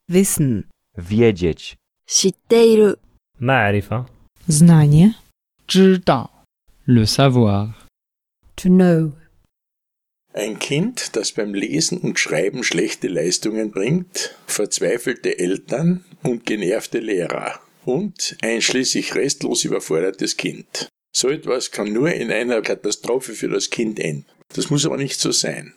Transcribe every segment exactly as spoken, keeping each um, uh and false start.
Wissen. wiedzieć, 知っている معرفة Знание. 知道 le savoir. To know. Ein Kind, das beim Lesen und Schreiben schlechte Leistungen bringt, verzweifelte Eltern und genervte Lehrer und einschließlich restlos überfordertes Kind. So etwas kann nur in einer Katastrophe für das Kind enden. Das muss aber nicht so sein.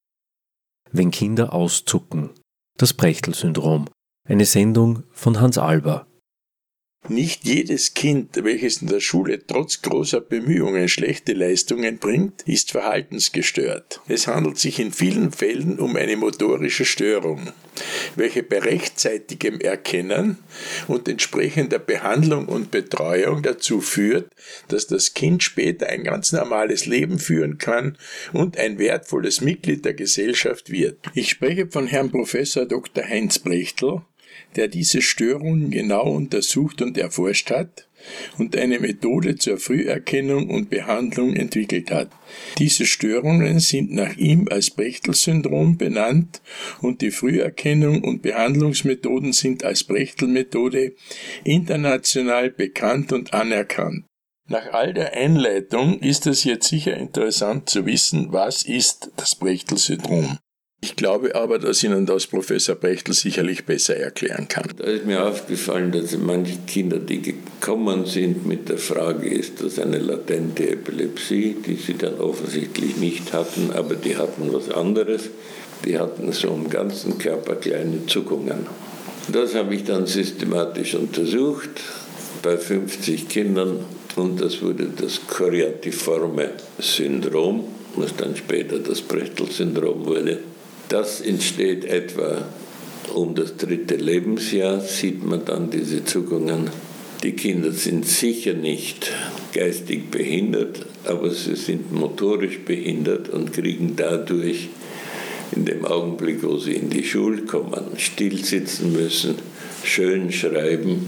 Wenn Kinder auszucken. Das Bechtel-Syndrom. Eine Sendung von Hans Alber. Nicht jedes Kind, welches in der Schule trotz großer Bemühungen schlechte Leistungen bringt, ist verhaltensgestört. Es handelt sich in vielen Fällen um eine motorische Störung, welche bei rechtzeitigem Erkennen und entsprechender Behandlung und Betreuung dazu führt, dass das Kind später ein ganz normales Leben führen kann und ein wertvolles Mitglied der Gesellschaft wird. Ich spreche von Herrn Professor Doktor Heinz Brechtel, der diese Störungen genau untersucht und erforscht hat und eine Methode zur Früherkennung und Behandlung entwickelt hat. Diese Störungen sind nach ihm als Brechtel-Syndrom benannt und die Früherkennung und Behandlungsmethoden sind als Brechtel-Methode international bekannt und anerkannt. Nach all der Einleitung ist es jetzt sicher interessant zu wissen, was ist das Brechtel-Syndrom. Ich glaube aber, dass Ihnen das Professor Brechtel sicherlich besser erklären kann. Da ist mir aufgefallen, dass manche Kinder, die gekommen sind mit der Frage, ist das eine latente Epilepsie, die sie dann offensichtlich nicht hatten, aber die hatten was anderes. Die hatten so im ganzen Körper kleine Zuckungen. Das habe ich dann systematisch untersucht bei fünfzig Kindern und das wurde das choreatiforme Syndrom, was dann später das Brechtel-Syndrom wurde. Das entsteht etwa um das dritte Lebensjahr, sieht man dann diese Zuckungen. Die Kinder sind sicher nicht geistig behindert, aber sie sind motorisch behindert und kriegen dadurch in dem Augenblick, wo sie in die Schule kommen, still sitzen müssen, schön schreiben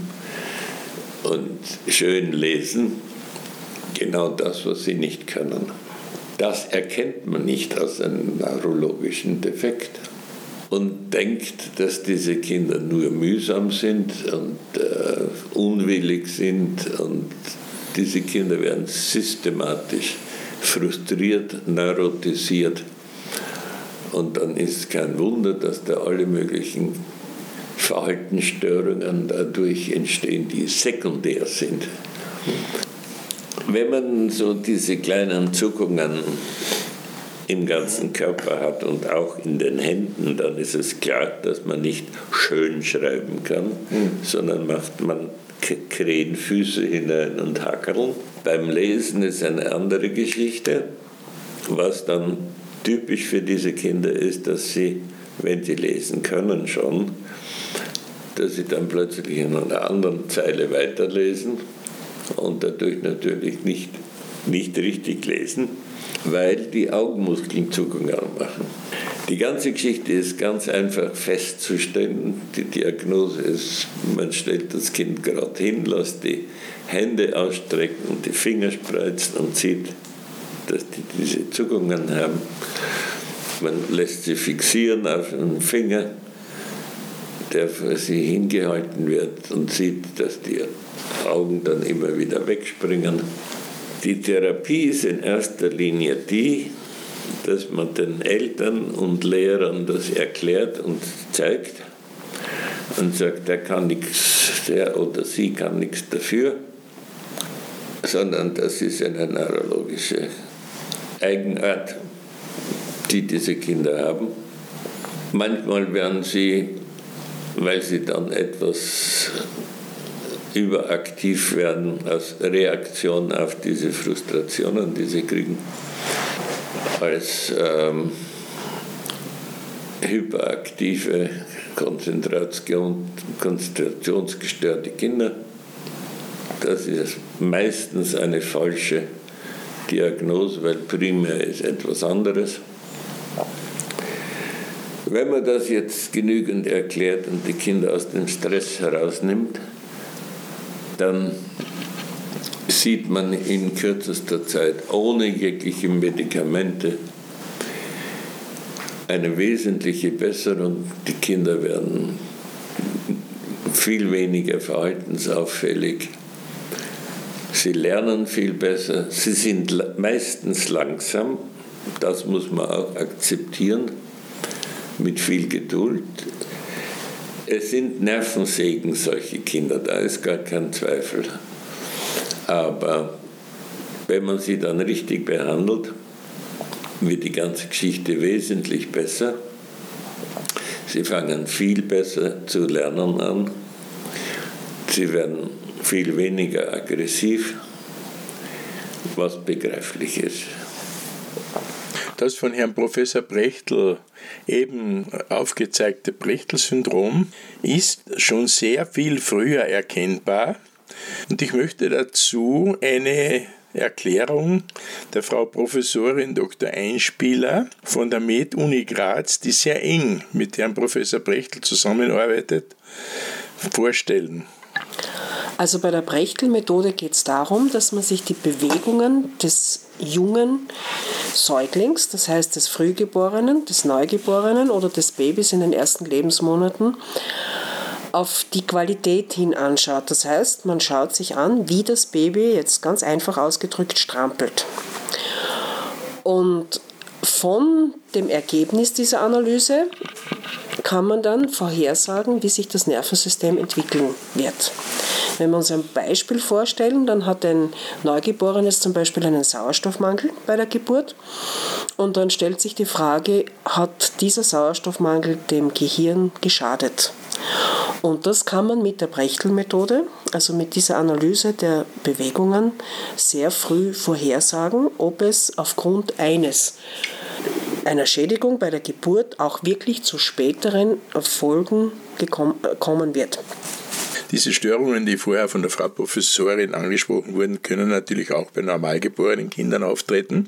und schön lesen, genau das, was sie nicht können. Das erkennt man nicht als einen neurologischen Defekt und denkt, dass diese Kinder nur mühsam sind und äh, unwillig sind. Und diese Kinder werden systematisch frustriert, neurotisiert. Und dann ist kein Wunder, dass da alle möglichen Verhaltensstörungen dadurch entstehen, die sekundär sind. Wenn man so diese kleinen Zuckungen im ganzen Körper hat und auch in den Händen, dann ist es klar, dass man nicht schön schreiben kann, mhm. sondern macht man Krähenfüße hinein und Hackerl. Beim Lesen ist eine andere Geschichte. Was dann typisch für diese Kinder ist, dass sie, wenn sie lesen können schon, dass sie dann plötzlich in einer anderen Zeile weiterlesen und dadurch natürlich nicht, nicht richtig lesen, weil die Augenmuskeln Zuckungen machen. Die ganze Geschichte ist ganz einfach festzustellen. Die Diagnose ist, man stellt das Kind gerade hin, lässt die Hände ausstrecken und die Finger spreizen und sieht, dass die diese Zuckungen haben. Man lässt sie fixieren auf einen Finger, der für sie hingehalten wird und sieht, dass die Augen dann immer wieder wegspringen. Die Therapie ist in erster Linie die, dass man den Eltern und Lehrern das erklärt und zeigt und sagt, der kann nichts, der oder sie kann nichts dafür, sondern das ist eine neurologische Eigenart, die diese Kinder haben. Manchmal werden sie, weil sie dann etwas überaktiv werden als Reaktion auf diese Frustrationen, die sie kriegen, als ähm, hyperaktive, Konzentration, konzentrationsgestörte Kinder. Das ist meistens eine falsche Diagnose, weil primär ist etwas anderes. Wenn man das jetzt genügend erklärt und die Kinder aus dem Stress herausnimmt, dann sieht man in kürzester Zeit ohne jegliche Medikamente eine wesentliche Besserung. Die Kinder werden viel weniger verhaltensauffällig. Sie lernen viel besser. Sie sind meistens langsam. Das muss man auch akzeptieren. Mit viel Geduld. Es sind Nervensägen, solche Kinder, da ist gar kein Zweifel. Aber wenn man sie dann richtig behandelt, wird die ganze Geschichte wesentlich besser. Sie fangen viel besser zu lernen an. Sie werden viel weniger aggressiv, was begreiflich ist. Das von Herrn Professor Prechtl eben aufgezeigte Prechtl-Syndrom ist schon sehr viel früher erkennbar. Und ich möchte dazu eine Erklärung der Frau Professorin Doktor Einspieler von der Med-Uni Graz, die sehr eng mit Herrn Professor Prechtl zusammenarbeitet, vorstellen. Also bei der Prechtl-Methode geht es darum, dass man sich die Bewegungen des jungen Säuglings, das heißt des Frühgeborenen, des Neugeborenen oder des Babys in den ersten Lebensmonaten, auf die Qualität hin anschaut. Das heißt, man schaut sich an, wie das Baby, jetzt ganz einfach ausgedrückt, strampelt. Und von dem Ergebnis dieser Analyse kann man dann vorhersagen, wie sich das Nervensystem entwickeln wird. Wenn wir uns ein Beispiel vorstellen, dann hat ein Neugeborenes zum Beispiel einen Sauerstoffmangel bei der Geburt und dann stellt sich die Frage, hat dieser Sauerstoffmangel dem Gehirn geschadet? Und das kann man mit der Prechtl-Methode, also mit dieser Analyse der Bewegungen, sehr früh vorhersagen, ob es aufgrund eines einer Schädigung bei der Geburt auch wirklich zu späteren Folgen kommen wird. Diese Störungen, die vorher von der Frau Professorin angesprochen wurden, können natürlich auch bei normalgeborenen Kindern auftreten.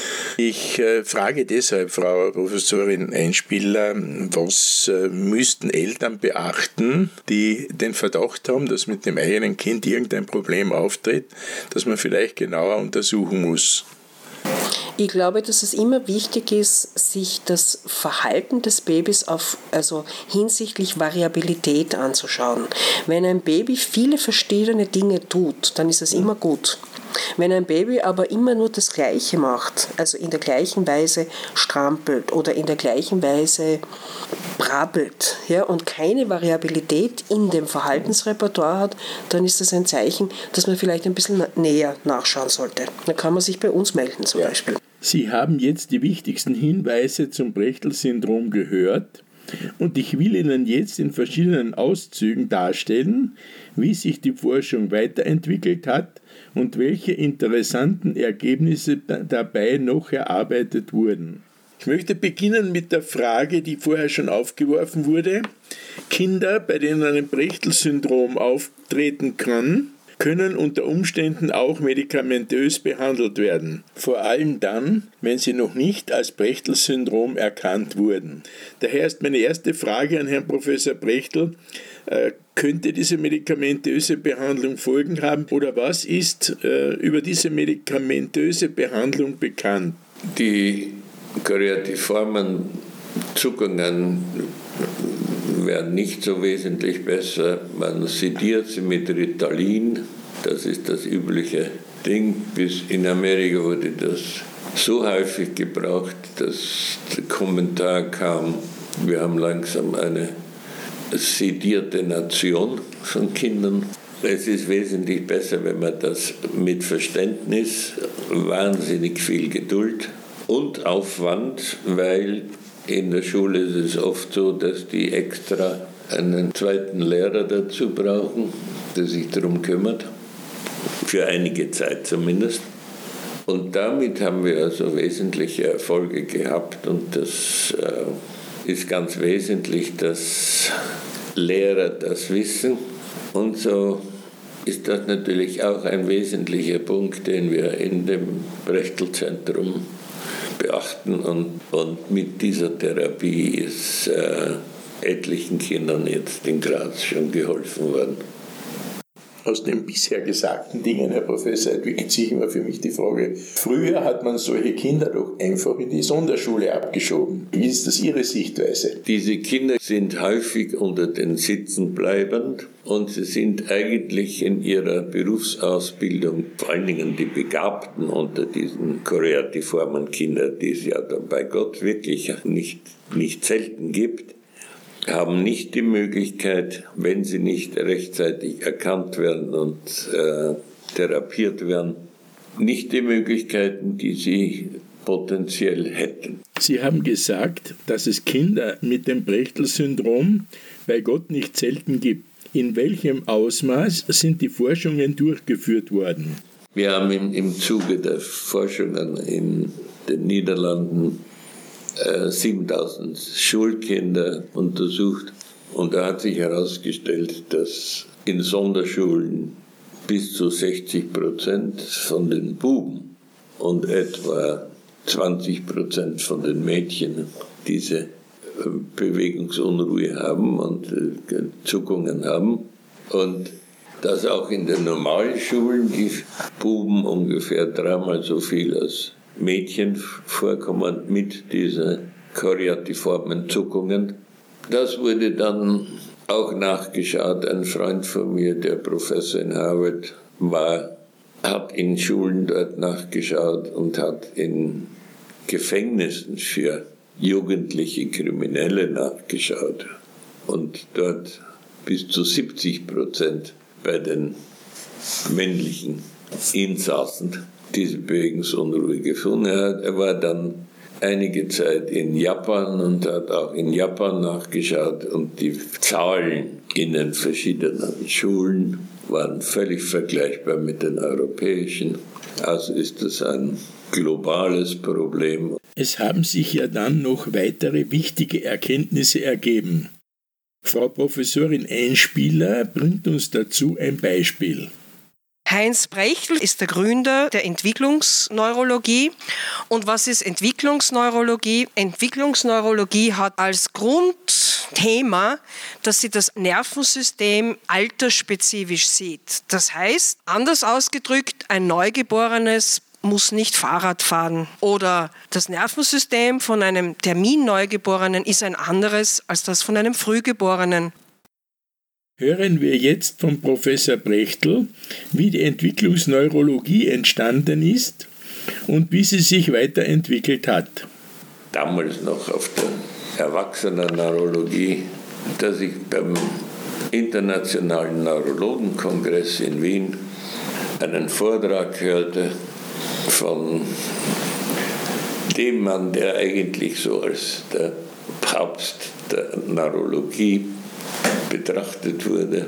Ich äh, frage deshalb Frau Professorin Einspieler, was äh, müssten Eltern beachten, die den Verdacht haben, dass mit dem eigenen Kind irgendein Problem auftritt, das man vielleicht genauer untersuchen muss? Ich glaube, dass es immer wichtig ist, sich das Verhalten des Babys auf, also hinsichtlich Variabilität anzuschauen. Wenn ein Baby viele verschiedene Dinge tut, dann ist es immer gut. Wenn ein Baby aber immer nur das Gleiche macht, also in der gleichen Weise strampelt oder in der gleichen Weise brabbelt, ja, und keine Variabilität in dem Verhaltensrepertoire hat, dann ist das ein Zeichen, dass man vielleicht ein bisschen näher nachschauen sollte. Dann kann man sich bei uns melden zum ja. Beispiel. Sie haben jetzt die wichtigsten Hinweise zum Prechtl-Syndrom gehört und ich will Ihnen jetzt in verschiedenen Auszügen darstellen, wie sich die Forschung weiterentwickelt hat und welche interessanten Ergebnisse dabei noch erarbeitet wurden. Ich möchte beginnen mit der Frage, die vorher schon aufgeworfen wurde. Kinder, bei denen ein Prechtl-Syndrom auftreten kann, können unter Umständen auch medikamentös behandelt werden. Vor allem dann, wenn sie noch nicht als Prechtl-Syndrom erkannt wurden. Daher ist meine erste Frage an Herrn Professor Prechtl, äh, könnte diese medikamentöse Behandlung Folgen haben oder was ist äh, über diese medikamentöse Behandlung bekannt? Die choreatiformen Zuckungen werden nicht so wesentlich besser. Man sediert sie mit Ritalin, das ist das übliche Ding. Bis in Amerika wurde das so häufig gebraucht, dass der Kommentar kam, wir haben langsam eine sedierte Nation von Kindern. Es ist wesentlich besser, wenn man das mit Verständnis, wahnsinnig viel Geduld und Aufwand, weil in der Schule ist es oft so, dass die extra einen zweiten Lehrer dazu brauchen, der sich darum kümmert, für einige Zeit zumindest. Und damit haben wir also wesentliche Erfolge gehabt und das äh, ist ganz wesentlich, dass Lehrer das wissen. Und so ist das natürlich auch ein wesentlicher Punkt, den wir in dem Prechtl-Zentrum beachten und, und mit dieser Therapie ist äh, etlichen Kindern jetzt in Graz schon geholfen worden. Aus den bisher gesagten Dingen, Herr Professor, entwickelt sich immer für mich die Frage, früher hat man solche Kinder doch einfach in die Sonderschule abgeschoben. Wie ist das Ihre Sichtweise? Diese Kinder sind häufig unter den Sitzen bleibend und sie sind eigentlich in ihrer Berufsausbildung, vor allen Dingen die Begabten unter diesen choreatiformen Kindern, die es ja dann bei Gott wirklich nicht, nicht selten gibt, haben nicht die Möglichkeit, wenn sie nicht rechtzeitig erkannt werden und äh, therapiert werden, nicht die Möglichkeiten, die sie potenziell hätten. Sie haben gesagt, dass es Kinder mit dem Brechtel-Syndrom bei Gott nicht selten gibt. In welchem Ausmaß sind die Forschungen durchgeführt worden? Wir haben im, im Zuge der Forschungen in den Niederlanden siebentausend Schulkinder untersucht und da hat sich herausgestellt, dass in Sonderschulen bis zu sechzig Prozent von den Buben und etwa zwanzig Prozent von den Mädchen diese Bewegungsunruhe haben und Zuckungen haben und dass auch in den normalen Schulen die Buben ungefähr dreimal so viel als Mädchen vorkommen mit diesen choreatiformen Zuckungen. Das wurde dann auch nachgeschaut. Ein Freund von mir, der Professor in Harvard war, hat in Schulen dort nachgeschaut und hat in Gefängnissen für jugendliche Kriminelle nachgeschaut und dort bis zu siebzig Prozent bei den männlichen Insassen diese Bewegungsunruhe gefunden. Er war dann einige Zeit in Japan und hat auch in Japan nachgeschaut und die Zahlen in den verschiedenen Schulen waren völlig vergleichbar mit den europäischen. Also ist das ein globales Problem. Es haben sich ja dann noch weitere wichtige Erkenntnisse ergeben. Frau Professorin Einspieler bringt uns dazu ein Beispiel. Heinz Brechtel ist der Gründer der Entwicklungsneurologie. Und was ist Entwicklungsneurologie? Entwicklungsneurologie hat als Grundthema, dass sie das Nervensystem altersspezifisch sieht. Das heißt, anders ausgedrückt, ein Neugeborenes muss nicht Fahrrad fahren. Oder das Nervensystem von einem Terminneugeborenen ist ein anderes als das von einem Frühgeborenen. Hören wir jetzt von Professor Brechtel, wie die Entwicklungsneurologie entstanden ist und wie sie sich weiterentwickelt hat. Damals noch auf der Erwachsenen-Neurologie, dass ich beim Internationalen Neurologenkongress in Wien einen Vortrag hörte von dem Mann, der eigentlich so als der Papst der Neurologie betrachtet wurde,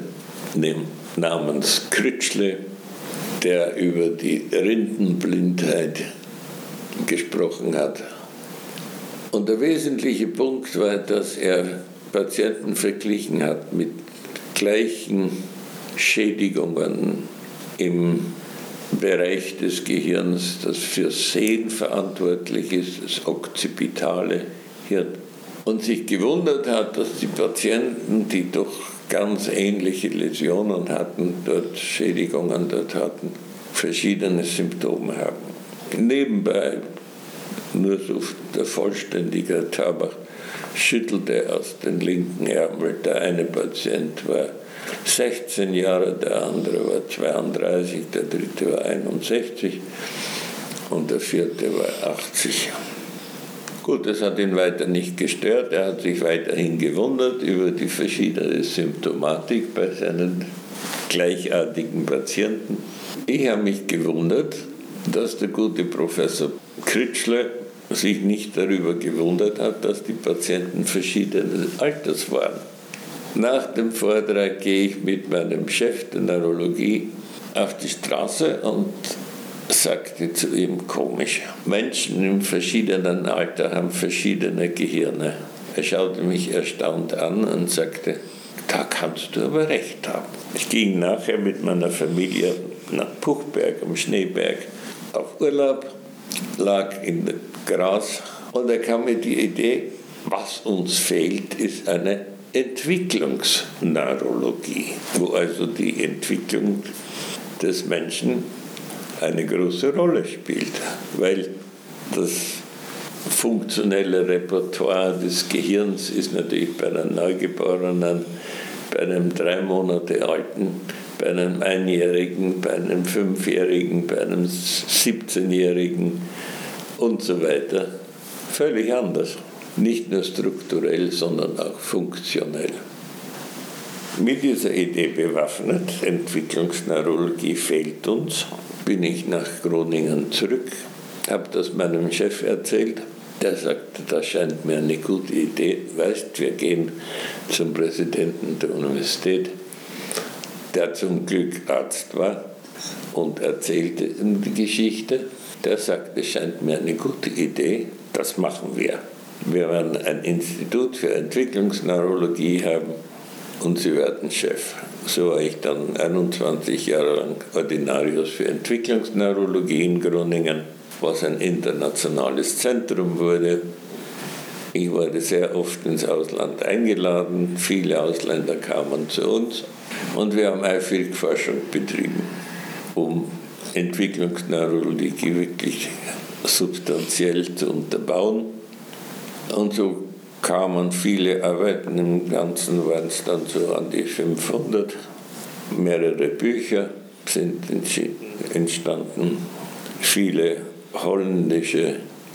namens Critchley, der über die Rindenblindheit gesprochen hat. Und der wesentliche Punkt war, dass er Patienten verglichen hat mit gleichen Schädigungen im Bereich des Gehirns, das für Sehen verantwortlich ist, das occipitale Hirn. Und sich gewundert hat, dass die Patienten, die doch ganz ähnliche Läsionen hatten, dort Schädigungen dort hatten, verschiedene Symptome haben. Nebenbei, nur so der Vollständigkeit halber, schüttelte aus den linken Ärmel. Der eine Patient war sechzehn Jahre, der andere war zweiunddreißig, der dritte war einundsechzig und der vierte war achtzig. Gut, das hat ihn weiter nicht gestört. Er hat sich weiterhin gewundert über die verschiedene Symptomatik bei seinen gleichartigen Patienten. Ich habe mich gewundert, dass der gute Professor Critchley sich nicht darüber gewundert hat, dass die Patienten verschiedenen Alters waren. Nach dem Vortrag gehe ich mit meinem Chef der Neurologie auf die Straße und sagte zu ihm komisch, Menschen im verschiedenen Alter haben verschiedene Gehirne. Er schaute mich erstaunt an und sagte, da kannst du aber recht haben. Ich ging nachher mit meiner Familie nach Puchberg am Schneeberg auf Urlaub, lag in dem Gras und da kam mir die Idee, was uns fehlt, ist eine Entwicklungsneurologie, wo also die Entwicklung des Menschen eine große Rolle spielt, weil das funktionelle Repertoire des Gehirns ist natürlich bei einem Neugeborenen, bei einem drei Monate alten, bei einem Einjährigen, bei einem Fünfjährigen, bei einem siebzehnjährigen und so weiter völlig anders. Nicht nur strukturell, sondern auch funktionell. Mit dieser Idee bewaffnet, Entwicklungsneurologie fehlt uns, bin ich nach Groningen zurück, habe das meinem Chef erzählt. Der sagte, das scheint mir eine gute Idee. Weißt, wir gehen zum Präsidenten der Universität, der zum Glück Arzt war und erzählte ihm die Geschichte. Der sagte, es scheint mir eine gute Idee, das machen wir. Wir werden ein Institut für Entwicklungsneurologie haben und Sie werden Chef. So war ich dann einundzwanzig Jahre lang Ordinarius für Entwicklungsneurologie in Groningen, was ein internationales Zentrum wurde. Ich wurde sehr oft ins Ausland eingeladen, viele Ausländer kamen zu uns und wir haben eifrig Forschung betrieben, um Entwicklungsneurologie wirklich substanziell zu unterbauen. Und so kamen viele Arbeiten, im Ganzen waren es dann so an die fünfhundert. Mehrere Bücher sind entstanden, viele holländische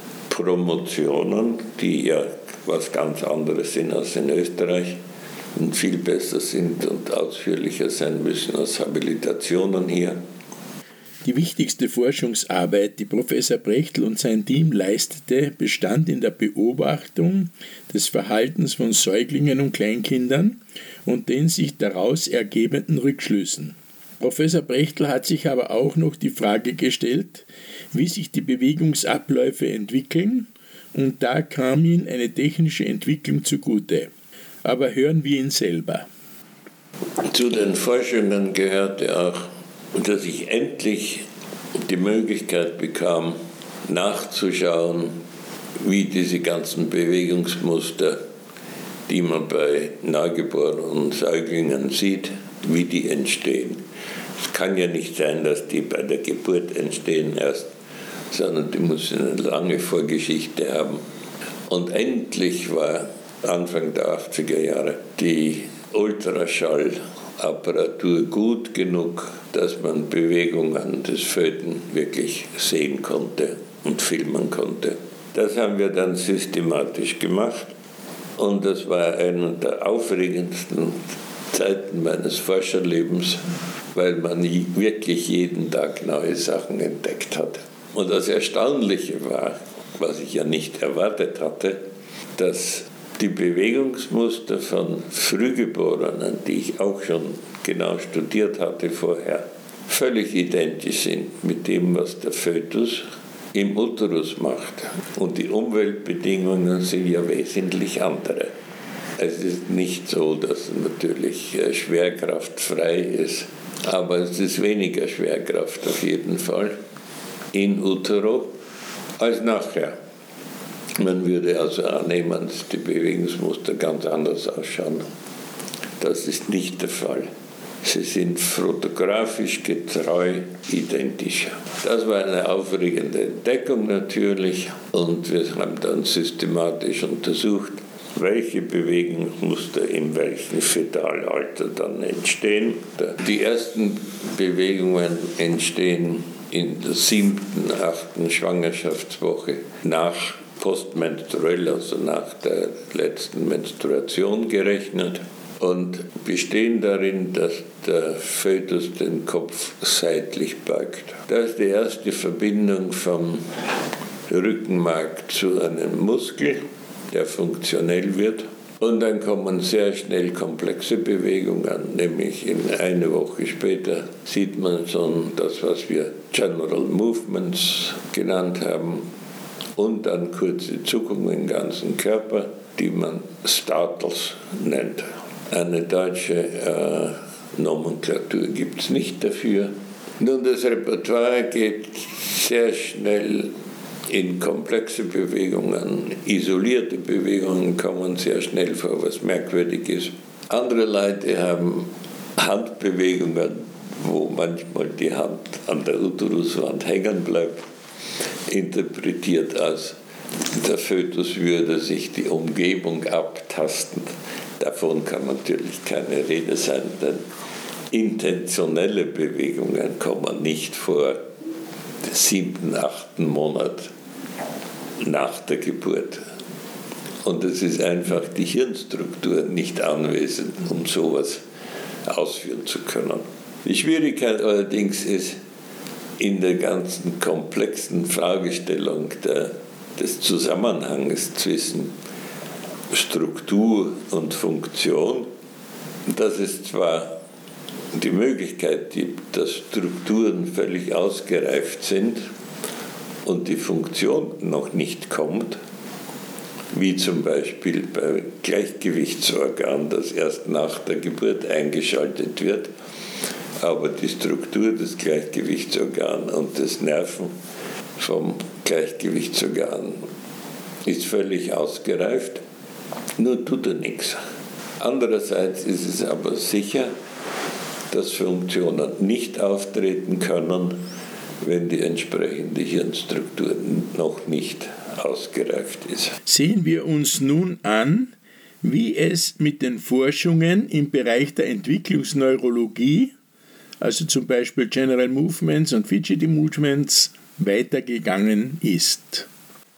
Promotionen, die ja was ganz anderes sind als in Österreich und viel besser sind und ausführlicher sein müssen als Habilitationen hier. Die wichtigste Forschungsarbeit, die Professor Brechtl und sein Team leistete, bestand in der Beobachtung des Verhaltens von Säuglingen und Kleinkindern und den sich daraus ergebenden Rückschlüssen. Professor Brechtl hat sich aber auch noch die Frage gestellt, wie sich die Bewegungsabläufe entwickeln, und da kam ihm eine technische Entwicklung zugute. Aber hören wir ihn selber. Zu den Forschungen gehörte auch, dass ich endlich die Möglichkeit bekam, nachzuschauen, wie diese ganzen Bewegungsmuster, die man bei Neugeborenen und Säuglingen sieht, wie die entstehen. Es kann ja nicht sein, dass die bei der Geburt entstehen erst, sondern die müssen eine lange Vorgeschichte haben. Und endlich war Anfang der achtziger Jahre die Ultraschall-Apparatur gut genug, dass man Bewegungen des Föten wirklich sehen konnte und filmen konnte. Das haben wir dann systematisch gemacht und das war eine der aufregendsten Zeiten meines Forscherlebens, weil man wirklich jeden Tag neue Sachen entdeckt hat. Und das Erstaunliche war, was ich ja nicht erwartet hatte, dass die Bewegungsmuster von Frühgeborenen, die ich auch schon genau studiert hatte vorher, völlig identisch sind mit dem, was der Fötus im Uterus macht. Und die Umweltbedingungen sind ja wesentlich andere. Es ist nicht so, dass natürlich schwerkraftfrei ist, aber es ist weniger Schwerkraft auf jeden Fall in utero als nachher. Man würde also annehmen, dass die Bewegungsmuster ganz anders ausschauen. Das ist nicht der Fall. Sie sind fotografisch getreu identisch. Das war eine aufregende Entdeckung natürlich und wir haben dann systematisch untersucht, welche Bewegungsmuster in welchem Fetalalter dann entstehen. Die ersten Bewegungen entstehen in der siebten, achten Schwangerschaftswoche nach postmenstruell, also nach der letzten Menstruation gerechnet, und bestehen darin, dass der Fötus den Kopf seitlich beugt. Das ist die erste Verbindung vom Rückenmark zu einem Muskel, der funktionell wird. Und dann kommen sehr schnell komplexe Bewegungen, nämlich in eine Woche später sieht man schon das, was wir General Movements genannt haben, und dann kurze Zuckungen im ganzen Körper, die man Startles nennt. Eine deutsche äh, Nomenklatur gibt es nicht dafür. Nun, das Repertoire geht sehr schnell In komplexe Bewegungen, isolierte Bewegungen kommen sehr schnell vor, was merkwürdig ist. Andere Leute haben Handbewegungen, wo manchmal die Hand an der Uteruswand hängen bleibt, interpretiert als der Fötus würde sich die Umgebung abtasten. Davon kann natürlich keine Rede sein, denn intentionelle Bewegungen kommen nicht vor dem siebten, achten Monat nach der Geburt. Und es ist einfach die Hirnstruktur nicht anwesend, um sowas ausführen zu können. Die Schwierigkeit allerdings ist in der ganzen komplexen Fragestellung der, des Zusammenhangs zwischen Struktur und Funktion, dass es zwar die Möglichkeit gibt, dass Strukturen völlig ausgereift sind und die Funktion noch nicht kommt, wie zum Beispiel beim Gleichgewichtsorgan, das erst nach der Geburt eingeschaltet wird, aber die Struktur des Gleichgewichtsorgans und des Nerven vom Gleichgewichtsorgan ist völlig ausgereift, nur tut er nichts. Andererseits ist es aber sicher, dass Funktionen nicht auftreten können, wenn die entsprechende Hirnstruktur noch nicht ausgereift ist. Sehen wir uns nun an, wie es mit den Forschungen im Bereich der Entwicklungsneurologie, also zum Beispiel General Movements und Fidgety Movements, weitergegangen ist.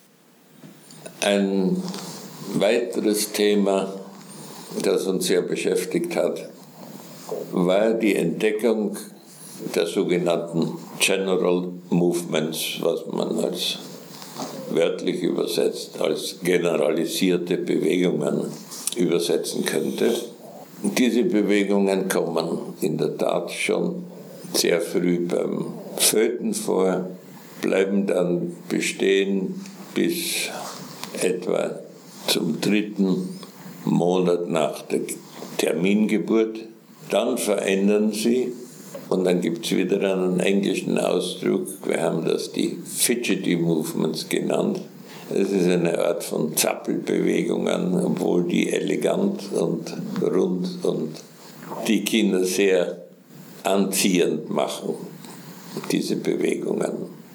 Ein weiteres Thema, das uns sehr beschäftigt hat, war die Entdeckung der sogenannten General Movements, was man als wörtlich übersetzt als generalisierte Bewegungen übersetzen könnte. Diese Bewegungen kommen in der Tat schon sehr früh beim Föten vor, bleiben dann bestehen bis etwa zum dritten Monat nach der Termingeburt. Dann verändern sie und dann gibt es wieder einen englischen Ausdruck, wir haben das die Fidgety Movements genannt. Es ist eine Art von Zappelbewegungen, obwohl die elegant und rund und die Kinder sehr anziehend machen, diese Bewegungen.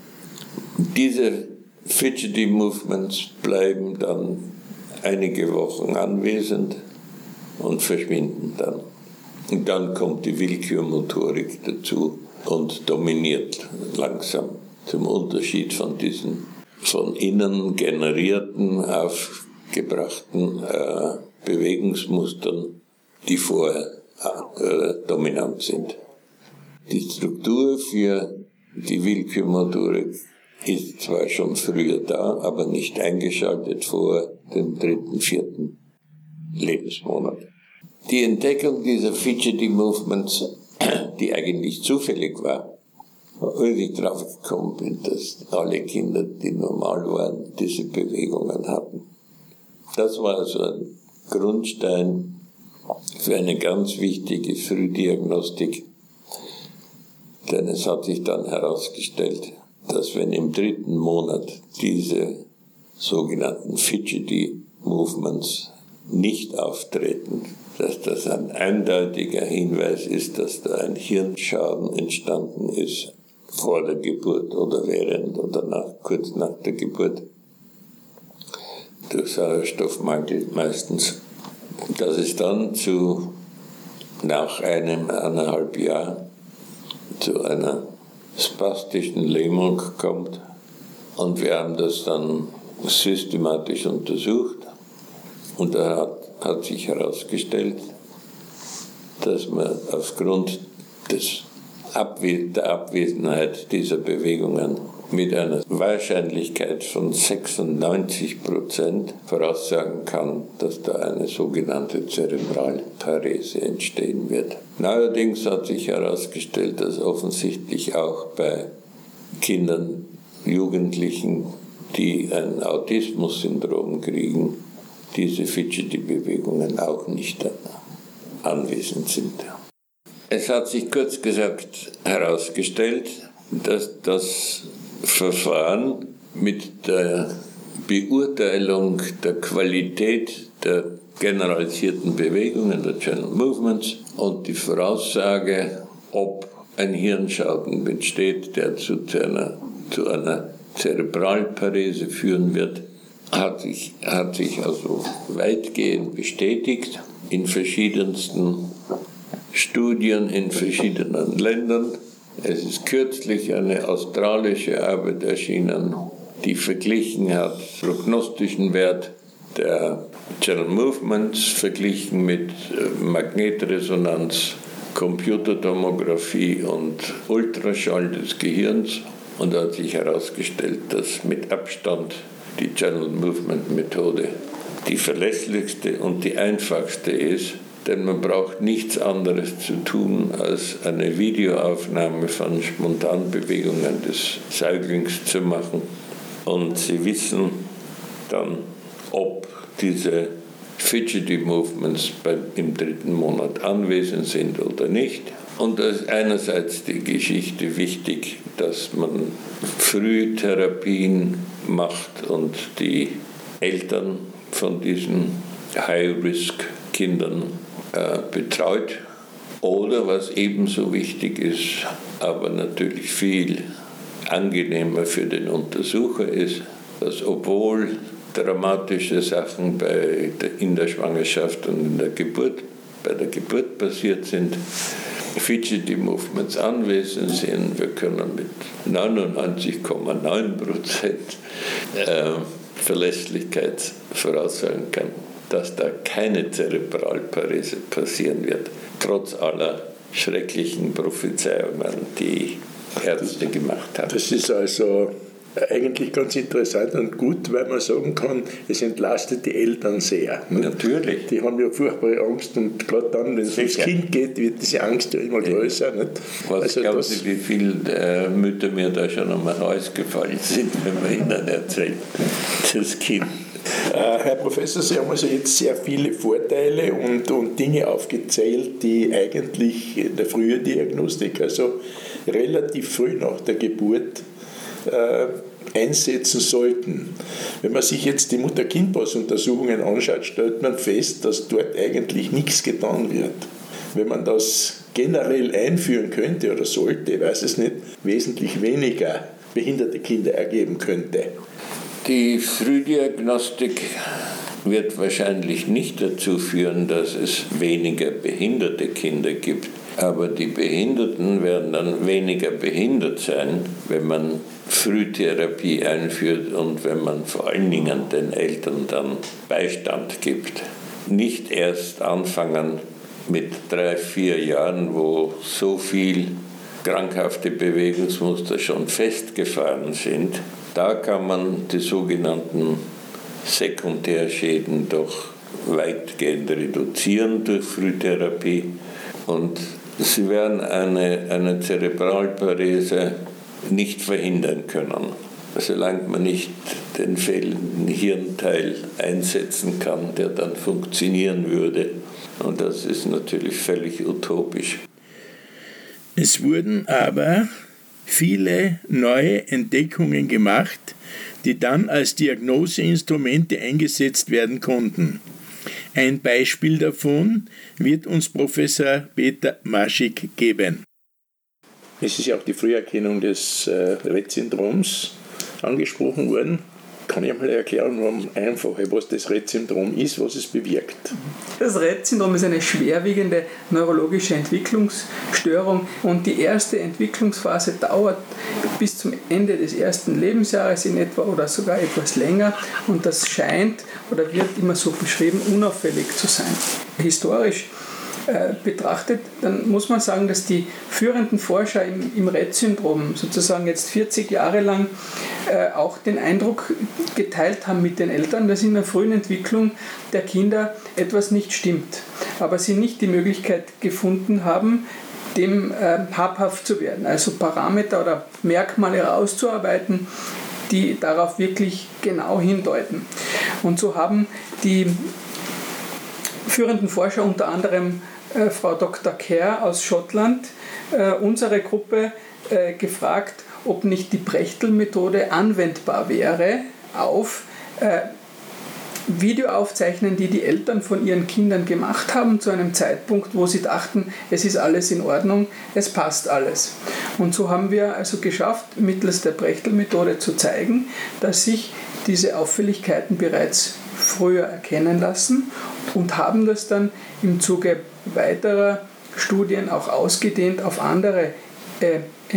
Diese Fidgety Movements bleiben dann einige Wochen anwesend und verschwinden dann. Und dann kommt die Willkürmotorik dazu und dominiert langsam, zum Unterschied von diesen von innen generierten, aufgebrachten äh, Bewegungsmustern, die vorher äh, dominant sind. Die Struktur für die Willkürmotorik ist zwar schon früher da, aber nicht eingeschaltet vor dem dritten, vierten Lebensmonat. Die Entdeckung dieser Fidgety Movements, die eigentlich zufällig war, als ich drauf gekommen bin, dass alle Kinder, die normal waren, diese Bewegungen hatten. Das war also ein Grundstein für eine ganz wichtige Frühdiagnostik, denn es hat sich dann herausgestellt, dass wenn im dritten Monat diese sogenannten Fidgety Movements nicht auftreten, dass das ein eindeutiger Hinweis ist, dass da ein Hirnschaden entstanden ist vor der Geburt oder während oder nach, kurz nach der Geburt, durch Sauerstoffmangel meistens. Dass es dann zu, nach einem eineinhalb Jahr zu einer spastischen Lähmung kommt. Und wir haben das dann systematisch untersucht und da hat, hat sich herausgestellt, dass man aufgrund des Abwe- der Abwesenheit dieser Bewegungen mit einer Wahrscheinlichkeit von sechsundneunzig Prozent voraussagen kann, dass da eine sogenannte Zerebralparese entstehen wird. Allerdings hat sich herausgestellt, dass offensichtlich auch bei Kindern, Jugendlichen, die ein Autismus-Syndrom kriegen, diese Fidgety-Bewegungen auch nicht anwesend sind. Es hat sich kurz gesagt herausgestellt, dass das Verfahren mit der Beurteilung der Qualität der generalisierten Bewegungen, der Channel Movements, und die Voraussage, ob ein Hirnschaden entsteht, der zu einer, zu einer Zerebralparese führen wird, hat sich, hat sich also weitgehend bestätigt in verschiedensten Studien in verschiedenen Ländern. Es ist kürzlich eine australische Arbeit erschienen, die verglichen hat prognostischen Wert der Channel Movements verglichen mit Magnetresonanz, Computertomographie und Ultraschall des Gehirns, und da hat sich herausgestellt, dass mit Abstand die Channel Movement Methode die verlässlichste und die einfachste ist, denn man braucht nichts anderes zu tun, als eine Videoaufnahme von Spontanbewegungen des Säuglings zu machen, und Sie wissen dann, ob diese Fidgety Movements beim, im dritten Monat anwesend sind oder nicht. Und da ist einerseits die Geschichte wichtig, dass man Frühtherapien macht und die Eltern von diesen High-Risk-Kindern äh, betreut. Oder was ebenso wichtig ist, aber natürlich viel angenehmer für den Untersucher ist, dass obwohl dramatische Sachen bei der, in der Schwangerschaft und in der Geburt, bei der Geburt passiert sind, Fidgety Movements anwesend sind. Wir können mit neunundneunzig Komma neun Prozent äh, Verlässlichkeit voraussagen können, dass da keine Zerebralparese passieren wird, trotz aller schrecklichen Prophezeiungen, die Ärzte gemacht haben. Das ist also eigentlich ganz interessant und gut, weil man sagen kann, es entlastet die Eltern sehr. Ne? Natürlich. Die haben ja furchtbare Angst, und gerade dann, wenn es ums Kind geht, wird diese Angst ja immer größer. Nicht? Was also glauben das, Sie, wie viele äh, Mütter mir da schon einmal ausgefallen sind, wenn man ihnen erzählt, das Kind? Äh, Herr Professor, Sie haben also jetzt sehr viele Vorteile und, und Dinge aufgezählt, die eigentlich in der frühen Diagnostik, also relativ früh nach der Geburt, äh, einsetzen sollten. Wenn man sich jetzt die Mutter-Kind-Pass-Untersuchungen anschaut, stellt man fest, dass dort eigentlich nichts getan wird. Wenn man das generell einführen könnte oder sollte, ich weiß es nicht, wesentlich weniger behinderte Kinder ergeben könnte. Die Frühdiagnostik wird wahrscheinlich nicht dazu führen, dass es weniger behinderte Kinder gibt. Aber die Behinderten werden dann weniger behindert sein, wenn man Frühtherapie einführt und wenn man vor allen Dingen den Eltern dann Beistand gibt. Nicht erst anfangen mit drei, vier Jahren, wo so viel krankhafte Bewegungsmuster schon festgefahren sind. Da kann man die sogenannten Sekundärschäden doch weitgehend reduzieren durch Frühtherapie. Und Sie werden eine, eine Zerebralparese nicht verhindern können, solange man nicht den fehlenden Hirnteil einsetzen kann, der dann funktionieren würde. Und das ist natürlich völlig utopisch. Es wurden aber viele neue Entdeckungen gemacht, die dann als Diagnoseinstrumente eingesetzt werden konnten. Ein Beispiel davon wird uns Professor Peter Maschik geben. Es ist ja auch die Früherkennung des äh, Rett-Syndroms angesprochen worden. Kann ich mal erklären, warum einfach, was das Rett-Syndrom ist, was es bewirkt? Das Rett-Syndrom ist eine schwerwiegende neurologische Entwicklungsstörung, und die erste Entwicklungsphase dauert bis zum Ende des ersten Lebensjahres in etwa oder sogar etwas länger, und das scheint oder wird immer so beschrieben, unauffällig zu sein. Historisch äh, betrachtet, dann muss man sagen, dass die führenden Forscher im, im Rett-Syndrom sozusagen jetzt vierzig Jahre lang äh, auch den Eindruck geteilt haben mit den Eltern, dass in der frühen Entwicklung der Kinder etwas nicht stimmt, aber sie nicht die Möglichkeit gefunden haben, dem äh, habhaft zu werden, also Parameter oder Merkmale herauszuarbeiten, die darauf wirklich genau hindeuten. Und so haben die führenden Forscher, unter anderem äh, Frau Doktor Kerr aus Schottland, äh, unsere Gruppe äh, gefragt, ob nicht die Brechtel-Methode anwendbar wäre auf äh, Videoaufzeichnungen, die die Eltern von ihren Kindern gemacht haben, zu einem Zeitpunkt, wo sie dachten, es ist alles in Ordnung, es passt alles. Und so haben wir also geschafft, mittels der Brechtel-Methode zu zeigen, dass sich diese Auffälligkeiten bereits früher erkennen lassen und haben das dann im Zuge weiterer Studien auch ausgedehnt auf andere äh,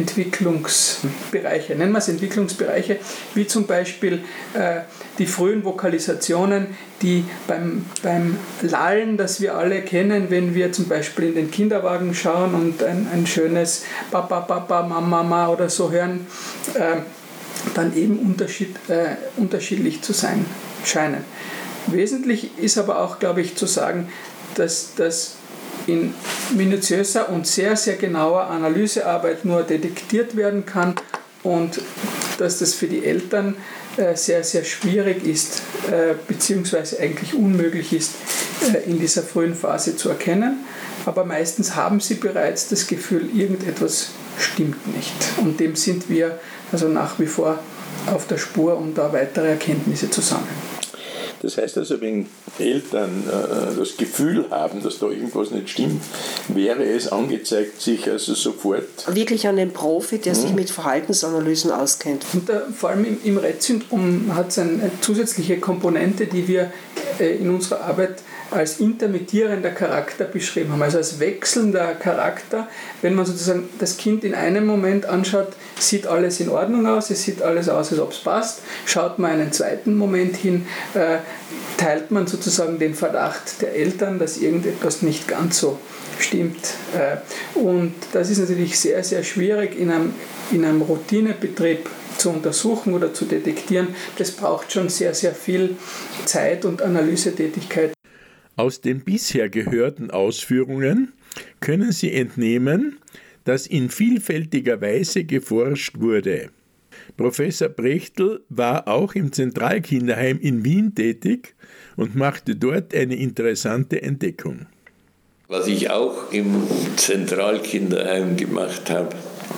Entwicklungsbereiche, nennen wir es Entwicklungsbereiche, wie zum Beispiel äh, die frühen Vokalisationen, die beim, beim Lallen, das wir alle kennen, wenn wir zum Beispiel in den Kinderwagen schauen und ein, ein schönes Papa, Papa, Mama, Mama oder so hören, äh, dann eben unterschied, äh, unterschiedlich zu sein scheinen. Wesentlich ist aber auch, glaube ich, zu sagen, dass das in minutiöser und sehr, sehr genauer Analysearbeit nur detektiert werden kann und dass das für die Eltern äh, sehr, sehr schwierig ist, äh, beziehungsweise eigentlich unmöglich ist, äh, in dieser frühen Phase zu erkennen. Aber meistens haben sie bereits das Gefühl, irgendetwas stimmt nicht. Und dem sind wir also nach wie vor auf der Spur, um da weitere Erkenntnisse zu sammeln. Das heißt also, wenn Eltern äh, das Gefühl haben, dass da irgendwas nicht stimmt, wäre es angezeigt, sich also sofort... Wirklich an den Profi, der mhm. sich mit Verhaltensanalysen auskennt. Und da, vor allem im, im Rett-Syndrom hat es eine, eine zusätzliche Komponente, die wir äh, in unserer Arbeit als intermittierender Charakter beschrieben haben, also als wechselnder Charakter. Wenn man sozusagen das Kind in einem Moment anschaut, sieht alles in Ordnung aus, es sieht alles aus, als ob es passt. Schaut man einen zweiten Moment hin, äh, teilt man sozusagen den Verdacht der Eltern, dass irgendetwas nicht ganz so stimmt. Äh, und das ist natürlich sehr, sehr schwierig in einem, in einem Routinebetrieb zu untersuchen oder zu detektieren. Das braucht schon sehr, sehr viel Zeit und Analysetätigkeit. Aus den bisher gehörten Ausführungen können Sie entnehmen, dass in vielfältiger Weise geforscht wurde. Professor Brechtel war auch im Zentralkinderheim in Wien tätig und machte dort eine interessante Entdeckung. Was ich auch im Zentralkinderheim gemacht habe,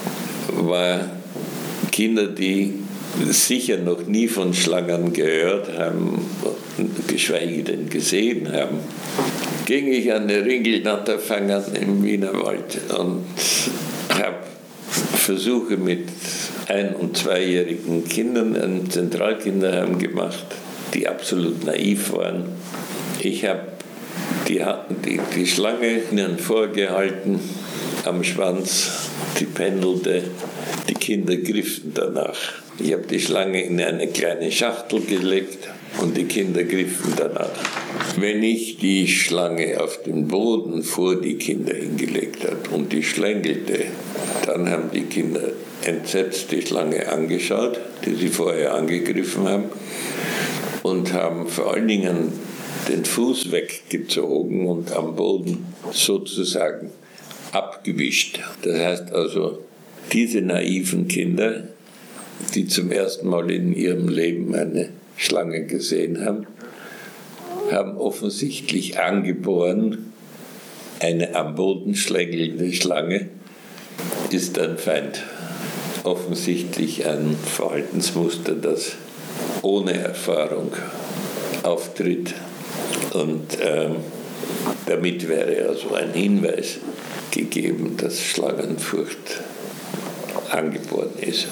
war Kinder, die sicher noch nie von Schlangen gehört haben, geschweige denn gesehen haben, ging ich an eine Ringelnatter fangen im Wienerwald und habe Versuche mit ein- und zweijährigen Kindern im Zentralkinderheim gemacht, die absolut naiv waren. Ich habe die, die, die Schlange ihnen vorgehalten am Schwanz, die pendelte, die Kinder griffen danach. Ich habe die Schlange in eine kleine Schachtel gelegt und die Kinder griffen danach. Wenn ich die Schlange auf den Boden vor die Kinder hingelegt habe und die schlängelte, dann haben die Kinder entsetzt die Schlange angeschaut, die sie vorher angegriffen haben, und haben vor allen Dingen den Fuß weggezogen und am Boden sozusagen abgewischt. Das heißt also, diese naiven Kinder, die zum ersten Mal in ihrem Leben eine Schlange gesehen haben, haben offensichtlich angeboren, eine am Boden schlängelnde Schlange ist ein Feind. Offensichtlich ein Verhaltensmuster, das ohne Erfahrung auftritt. Und ähm, damit wäre also ein Hinweis gegeben, dass Schlangenfurcht angeboren ist.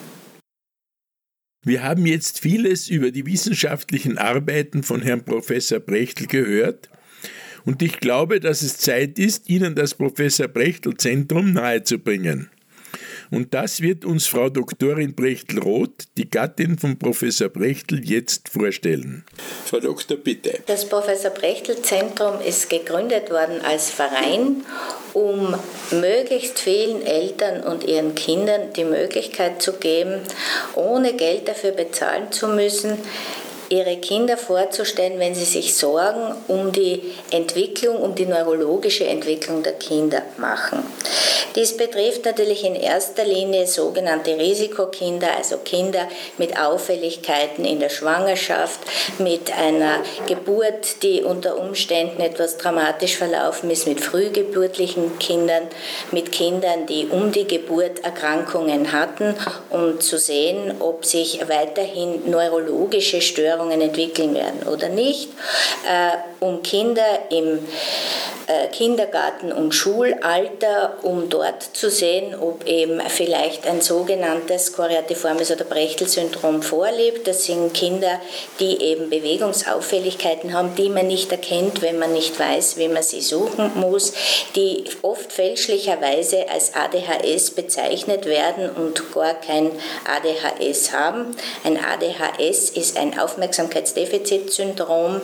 Wir haben jetzt vieles über die wissenschaftlichen Arbeiten von Herrn Professor Brechtel gehört und ich glaube, dass es Zeit ist, Ihnen das Professor Brechtel Zentrum nahezubringen. Und das wird uns Frau Doktorin Brechtel-Roth, die Gattin von Professor Brechtel, jetzt vorstellen. Frau Doktor, bitte. Das Professor Brechtel Zentrum ist gegründet worden als Verein, um möglichst vielen Eltern und ihren Kindern die Möglichkeit zu geben, ohne Geld dafür bezahlen zu müssen, ihre Kinder vorzustellen, wenn sie sich Sorgen um die Entwicklung, um die neurologische Entwicklung der Kinder machen. Dies betrifft natürlich in erster Linie sogenannte Risikokinder, also Kinder mit Auffälligkeiten in der Schwangerschaft, mit einer Geburt, die unter Umständen etwas dramatisch verlaufen ist, mit frühgeburtlichen Kindern, mit Kindern, die um die Geburt Erkrankungen hatten, um zu sehen, ob sich weiterhin neurologische Störungen entwickeln werden oder nicht, äh, um Kinder im äh, Kindergarten- und Schulalter, um dort zu sehen, ob eben vielleicht ein sogenanntes choreatiformes oder Brechtel-Syndrom vorliegt. Das sind Kinder, die eben Bewegungsauffälligkeiten haben, die man nicht erkennt, wenn man nicht weiß, wie man sie suchen muss, die oft fälschlicherweise als A D H S bezeichnet werden und gar kein A D H S haben. Ein A D H S ist ein Aufmerksamkeitsdefizitsyndrom,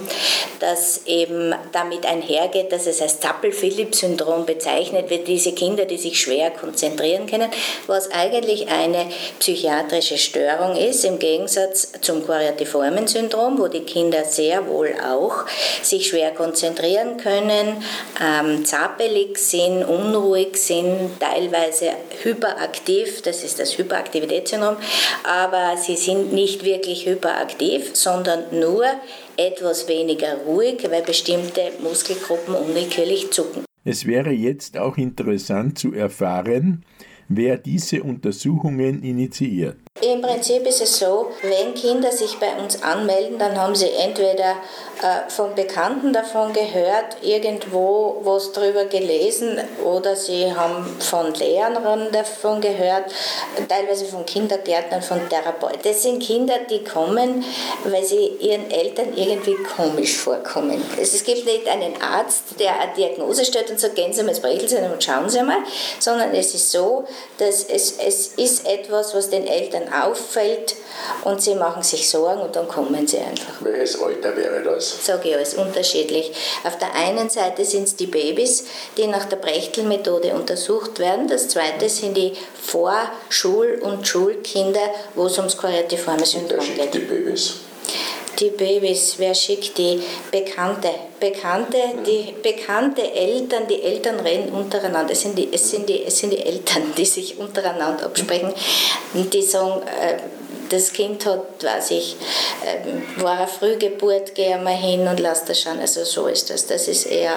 das eben damit einhergeht, dass es als Zappel-Philipp-Syndrom bezeichnet wird, diese Kinder, die sich schwer konzentrieren können, was eigentlich eine psychiatrische Störung ist, im Gegensatz zum choreatiformen Syndrom, wo die Kinder sehr wohl auch sich schwer konzentrieren können, ähm, zappelig sind, unruhig sind, teilweise hyperaktiv, das ist das Hyperaktivitätssyndrom, aber sie sind nicht wirklich hyperaktiv, sondern nur etwas weniger ruhig, weil bestimmte Muskelgruppen unwillkürlich zucken. Es wäre jetzt auch interessant zu erfahren, wer diese Untersuchungen initiiert. Im Prinzip ist es so, wenn Kinder sich bei uns anmelden, dann haben sie entweder äh, von Bekannten davon gehört, irgendwo was drüber gelesen, oder sie haben von Lehrern davon gehört, teilweise von Kindergärtnern, von Therapeuten. Das sind Kinder, die kommen, weil sie ihren Eltern irgendwie komisch vorkommen. Es gibt nicht einen Arzt, der eine Diagnose stellt und sagt, gehen Sie mal ins Brechtel und schauen Sie mal, sondern es ist so, dass es, es ist etwas, was den Eltern auffällt und sie machen sich Sorgen und dann kommen sie einfach. Welches Alter wäre das? Sage ich alles, unterschiedlich. Auf der einen Seite sind es die Babys, die nach der Brechtel-Methode untersucht werden. Das zweite sind die Vorschul- und Schulkinder, wo es ums choreatiforme Syndrom geht. Wer schickt die Babys? Die Babys, wer schickt die? Bekannte. Bekannte, die bekannte Eltern, die Eltern reden untereinander. Es sind die, es sind die, es sind die Eltern, die sich untereinander absprechen. Und die sagen, äh, das Kind hat, weiß ich, äh, war eine Frühgeburt, geh mal hin und lass das schauen. Also so ist das. Das ist eher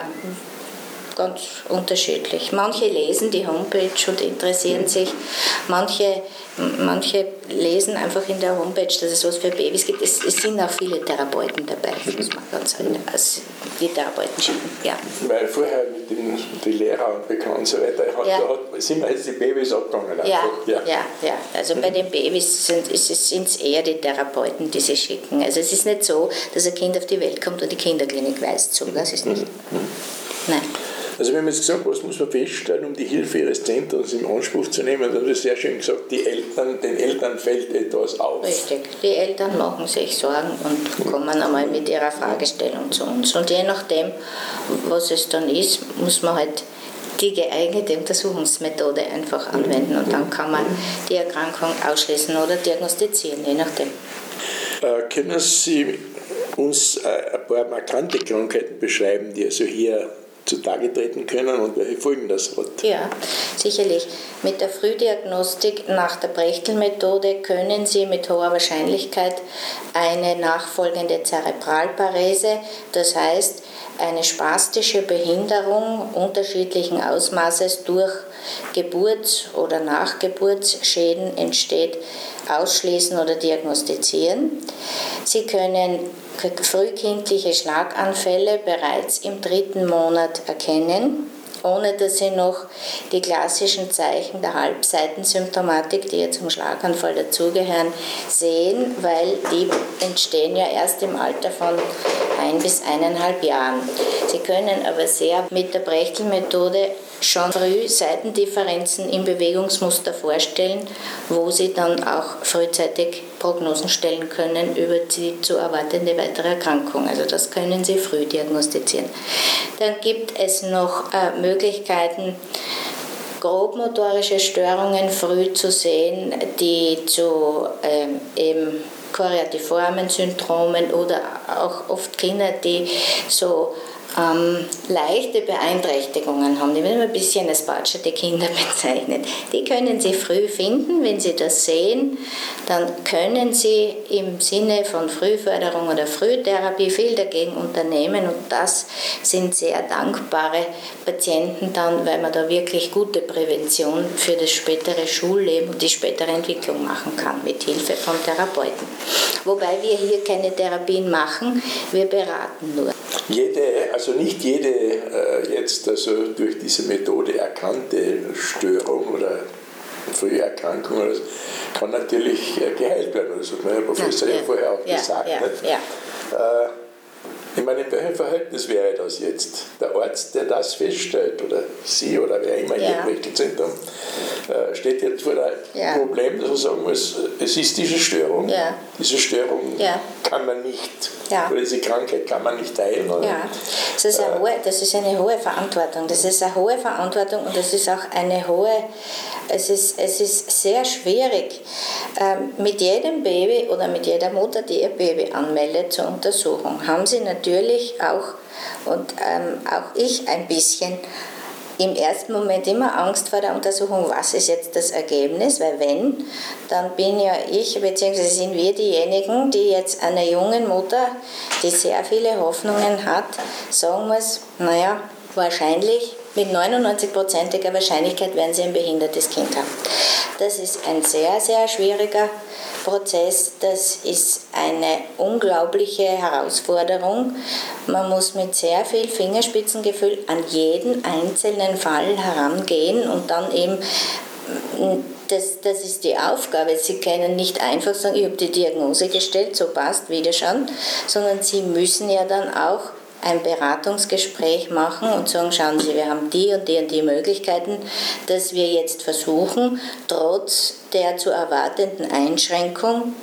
ganz unterschiedlich. Manche lesen die Homepage und interessieren sich. Manche, manche lesen einfach in der Homepage, dass es was für Babys gibt. Es, es sind auch viele Therapeuten dabei, muss man ganz sagen. Also die Therapeuten schicken, ja. Weil vorher mit den, den Lehrern und Bekannten und so weiter, hat, ja. hat, sind wir jetzt die Babys abgegangen. Ja, ja, ja, ja. Also mhm. bei den Babys sind es eher die Therapeuten, die sie schicken. Also es ist nicht so, dass ein Kind auf die Welt kommt und die Kinderklinik weist zu. Das ist nicht. Mhm. Nein. Also wir haben jetzt gesagt, was muss man feststellen, um die Hilfe ihres Zentrums in Anspruch zu nehmen? Da haben Sie sehr schön gesagt, die Eltern, den Eltern fällt etwas auf. Richtig, die Eltern machen sich Sorgen und kommen einmal mit ihrer Fragestellung zu uns. Und je nachdem, was es dann ist, muss man halt die geeignete Untersuchungsmethode einfach anwenden und dann kann man die Erkrankung ausschließen oder diagnostizieren, je nachdem. Äh, können Sie uns äh, ein paar markante Krankheiten beschreiben, die also hier zutage treten können und welche Folgen das hat? Ja, sicherlich. Mit der Frühdiagnostik nach der Brechtel-Methode können Sie mit hoher Wahrscheinlichkeit eine nachfolgende Zerebralparese, das heißt eine spastische Behinderung unterschiedlichen Ausmaßes durch Geburts- oder Nachgeburtsschäden entsteht, ausschließen oder diagnostizieren. Sie können frühkindliche Schlaganfälle bereits im dritten Monat erkennen, ohne dass Sie noch die klassischen Zeichen der Halbseitensymptomatik, die ja zum Schlaganfall dazugehören, sehen, weil die entstehen ja erst im Alter von ein bis eineinhalb Jahren. Sie können aber sehr mit der Brechtel-Methode schon früh Seitendifferenzen im Bewegungsmuster vorstellen, wo Sie dann auch frühzeitig Prognosen stellen können über die zu erwartende weitere Erkrankung. Also das können Sie früh diagnostizieren. Dann gibt es noch äh, Möglichkeiten, grobmotorische Störungen früh zu sehen, die zu ähm, eben choreatiformen Syndromen oder auch oft Kinder, die so ähm, leichte Beeinträchtigungen haben, die werden ein bisschen als patscherte Kinder bezeichnet. Die können Sie früh finden, wenn Sie das sehen, dann können Sie im Sinne von Frühförderung oder Frühtherapie viel dagegen unternehmen und das sind sehr dankbare Patienten dann, weil man da wirklich gute Prävention für das spätere Schulleben und die spätere Entwicklung machen kann mit Hilfe von Therapeuten. Wobei wir hier keine Therapien machen, wir beraten nur. Jede, also nicht jede äh, jetzt also durch diese Methode erkannte Störung oder Früherkrankung oder so, kann natürlich äh, geheilt werden. Das hat mein Herr Professor ja, ja vorher auch ja, gesagt. Ja, nicht? ja. Äh, ich meine, in welchem Verhältnis wäre das jetzt? Der Arzt, der das feststellt, oder Sie oder wer immer ja. im Bechtelzentrum, äh, steht jetzt vor einem ja. Problem, dass er sagen muss, es ist diese Störung. Ja. Diese Störung ja. kann man nicht, ja. oder diese Krankheit kann man nicht heilen. Oder? Ja, das ist, eine hohe, das ist eine hohe Verantwortung. Das ist eine hohe Verantwortung und das ist auch eine hohe, es ist, es ist sehr schwierig, ähm, mit jedem Baby oder mit jeder Mutter, die ihr Baby anmeldet zur Untersuchung, haben sie natürlich auch, und ähm, auch ich ein bisschen, im ersten Moment immer Angst vor der Untersuchung, was ist jetzt das Ergebnis, weil wenn, dann bin ja ich, beziehungsweise sind wir diejenigen, die jetzt einer jungen Mutter, die sehr viele Hoffnungen hat, sagen muss, naja, wahrscheinlich mit neunundneunzig-prozentiger Wahrscheinlichkeit werden sie ein behindertes Kind haben. Das ist ein sehr, sehr schwieriger Prozess, das ist eine unglaubliche Herausforderung. Man muss mit sehr viel Fingerspitzengefühl an jeden einzelnen Fall herangehen und dann eben, das, das ist die Aufgabe, Sie können nicht einfach sagen, ich habe die Diagnose gestellt, so passt, wieder schon, sondern Sie müssen ja dann auch ein Beratungsgespräch machen und sagen, schauen Sie, wir haben die und die und die Möglichkeiten, dass wir jetzt versuchen, trotz der zu erwartenden Einschränkung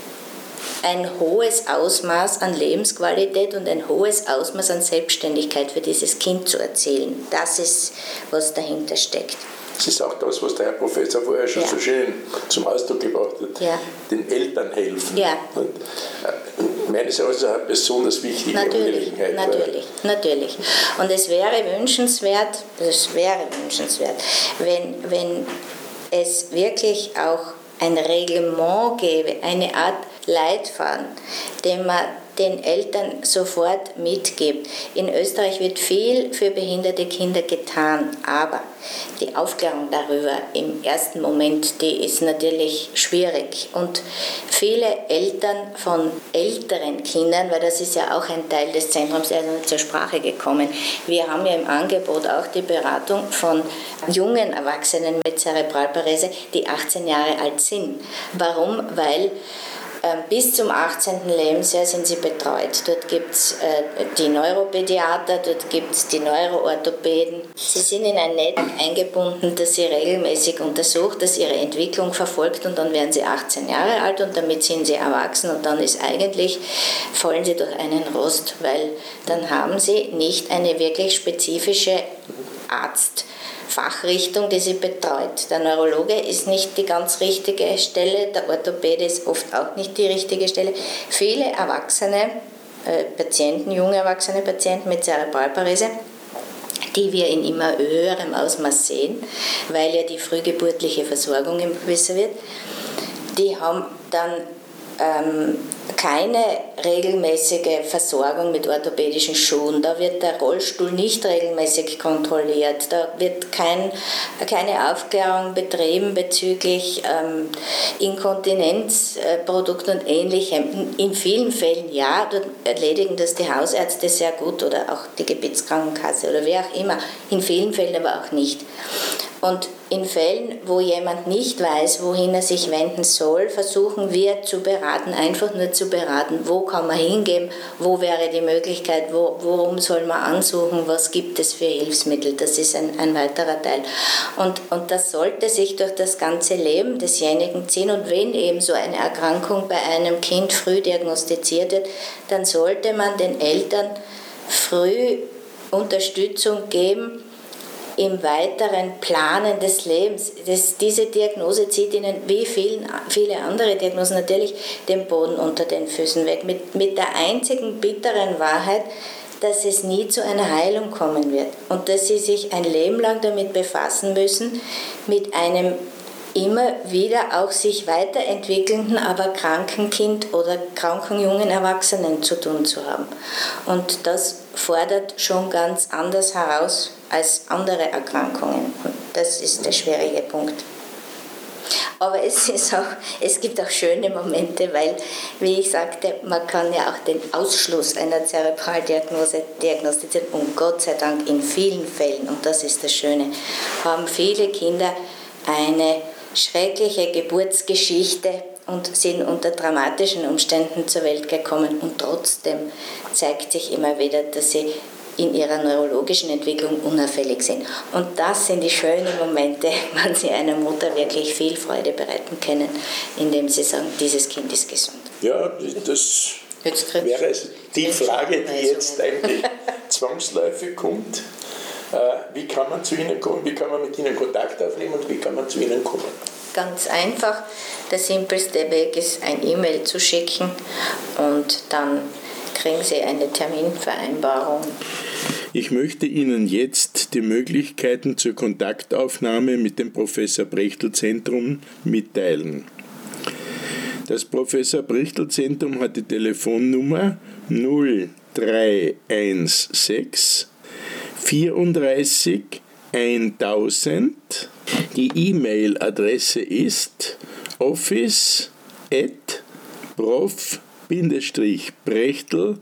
ein hohes Ausmaß an Lebensqualität und ein hohes Ausmaß an Selbstständigkeit für dieses Kind zu erzielen. Das ist, was dahinter steckt. Das ist auch das, was der Herr Professor vorher schon ja. so schön zum Ausdruck gebracht hat. Ja. Den Eltern helfen. Ja. Und meines Erachtens eine besonders wichtige natürlich, Angelegenheit. Natürlich, natürlich. Und es wäre wünschenswert, es wäre wünschenswert, wenn, wenn es wirklich auch ein Reglement gäbe, eine Art Leitfaden, den man den Eltern sofort mitgibt. In Österreich wird viel für behinderte Kinder getan, aber die Aufklärung darüber im ersten Moment, die ist natürlich schwierig. Und viele Eltern von älteren Kindern, weil das ist ja auch ein Teil des Zentrums, der ist zur Sprache gekommen. Wir haben ja im Angebot auch die Beratung von jungen Erwachsenen mit Zerebralparese, die achtzehn Jahre alt sind. Warum? Weil bis zum achtzehnten Lebensjahr sind sie betreut. Dort gibt es äh, die Neuropädiater, dort gibt es die Neuroorthopäden. Sie sind in ein Netz eingebunden, das sie regelmäßig untersucht, das ihre Entwicklung verfolgt und dann werden sie achtzehn Jahre alt und damit sind sie erwachsen und dann ist eigentlich, fallen sie durch einen Rost, weil dann haben sie nicht eine wirklich spezifische Arzt- Fachrichtung, die sie betreut. Der Neurologe ist nicht die ganz richtige Stelle, der Orthopäde ist oft auch nicht die richtige Stelle. Viele erwachsene äh, Patienten, junge erwachsene Patienten mit Zerebralparese, die wir in immer höherem Ausmaß sehen, weil ja die frühgeburtliche Versorgung immer besser wird, die haben dann ähm, keine regelmäßige Versorgung mit orthopädischen Schuhen. Da wird der Rollstuhl nicht regelmäßig kontrolliert. Da wird kein, keine Aufklärung betrieben bezüglich ähm, Inkontinenzprodukten und Ähnlichem. In vielen Fällen ja, dort erledigen das die Hausärzte sehr gut oder auch die Gebietskrankenkasse oder wer auch immer. In vielen Fällen aber auch nicht. Und in Fällen, wo jemand nicht weiß, wohin er sich wenden soll, versuchen wir zu beraten, einfach nur zu beraten, wo kann man hingehen, wo wäre die Möglichkeit, wo, worum soll man ansuchen, was gibt es für Hilfsmittel, das ist ein, ein weiterer Teil. Und, und das sollte sich durch das ganze Leben desjenigen ziehen und wenn eben so eine Erkrankung bei einem Kind früh diagnostiziert wird, dann sollte man den Eltern früh Unterstützung geben, im weiteren Planen des Lebens. Das, diese Diagnose zieht ihnen wie vielen, viele andere Diagnosen natürlich den Boden unter den Füßen weg. Mit, mit der einzigen bitteren Wahrheit, dass es nie zu einer Heilung kommen wird und dass sie sich ein Leben lang damit befassen müssen, mit einem immer wieder auch sich weiterentwickelnden, aber kranken Kind oder kranken jungen Erwachsenen zu tun zu haben. Und das fordert schon ganz anders heraus als andere Erkrankungen. Und das ist der schwierige Punkt. Aber es, ist auch, es gibt auch schöne Momente, weil, wie ich sagte, man kann ja auch den Ausschluss einer Zerebraldiagnose diagnostizieren. Und Gott sei Dank in vielen Fällen, und das ist das Schöne, haben viele Kinder eine schreckliche Geburtsgeschichte und sind unter dramatischen Umständen zur Welt gekommen. Und trotzdem zeigt sich immer wieder, dass sie in ihrer neurologischen Entwicklung unauffällig sind. Und das sind die schönen Momente, wann sie einer Mutter wirklich viel Freude bereiten können, indem sie sagen, dieses Kind ist gesund. Ja, das wäre die Frage, die jetzt eigentlich zwangsläufig kommt. Wie kann man zu Ihnen kommen, wie kann man mit Ihnen Kontakt aufnehmen und wie kann man zu Ihnen kommen? Ganz einfach. Der simpelste Weg ist, ein E-Mail zu schicken und dann kriegen Sie eine Terminvereinbarung. Ich möchte Ihnen jetzt die Möglichkeiten zur Kontaktaufnahme mit dem Professor Brechtl Zentrum mitteilen. Das Professor Brechtl Zentrum hat die Telefonnummer null drei eins sechs vierunddreißig eintausend. Die E-Mail-Adresse ist office at prof brechtl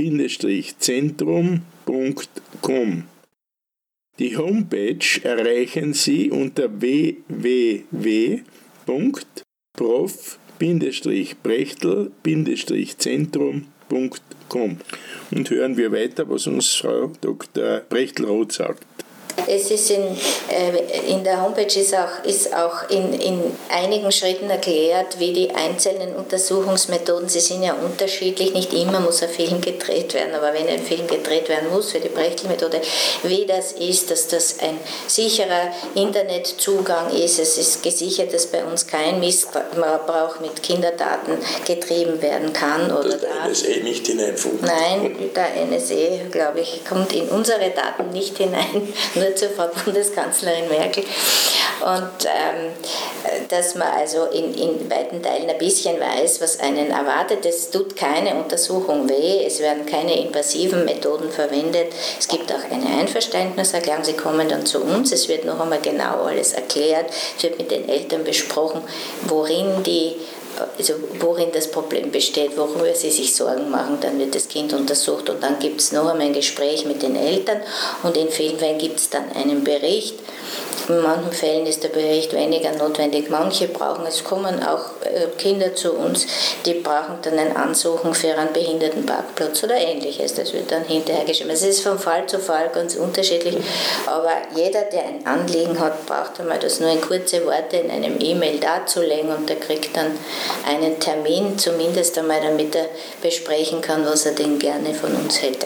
zentrum punkt com. Die Homepage erreichen Sie unter w w w punkt prof brechtl zentrum punkt com. Und hören wir weiter, was uns Frau Doktor Brechtl-Roth sagt. Es ist in, äh, in der Homepage ist auch, ist auch in, in einigen Schritten erklärt, wie die einzelnen Untersuchungsmethoden, sie sind ja unterschiedlich, nicht immer muss ein Film gedreht werden, aber wenn ein Film gedreht werden muss für die Brechtl-Methode, wie das ist, dass das ein sicherer Internetzugang ist, es ist gesichert, dass bei uns kein Missbrauch mit Kinderdaten getrieben werden kann. Oder dass der N S A nicht hineinfunkt. Nein, der N S A, glaube ich, kommt in unsere Daten nicht hinein, nur zur Frau Bundeskanzlerin Merkel. Und ähm, dass man also in, in weiten Teilen ein bisschen weiß, was einen erwartet. Es tut keine Untersuchung weh, es werden keine invasiven Methoden verwendet. Es gibt auch eine Einverständniserklärung, sie kommen dann zu uns, es wird noch einmal genau alles erklärt, es wird mit den Eltern besprochen, worin die Also worin das Problem besteht, worüber sie sich Sorgen machen, dann wird das Kind untersucht und dann gibt es noch einmal ein Gespräch mit den Eltern und in vielen Fällen gibt es dann einen Bericht. In manchen Fällen ist der Bericht weniger notwendig. Manche brauchen, es kommen auch Kinder zu uns, die brauchen dann ein Ansuchen für einen Behindertenparkplatz oder Ähnliches. Das wird dann hinterher geschrieben. Es ist von Fall zu Fall ganz unterschiedlich, aber jeder, der ein Anliegen hat, braucht einmal das nur in kurze Worte in einem E-Mail darzulegen und der kriegt dann einen Termin, zumindest einmal, damit er besprechen kann, was er denn gerne von uns hätte.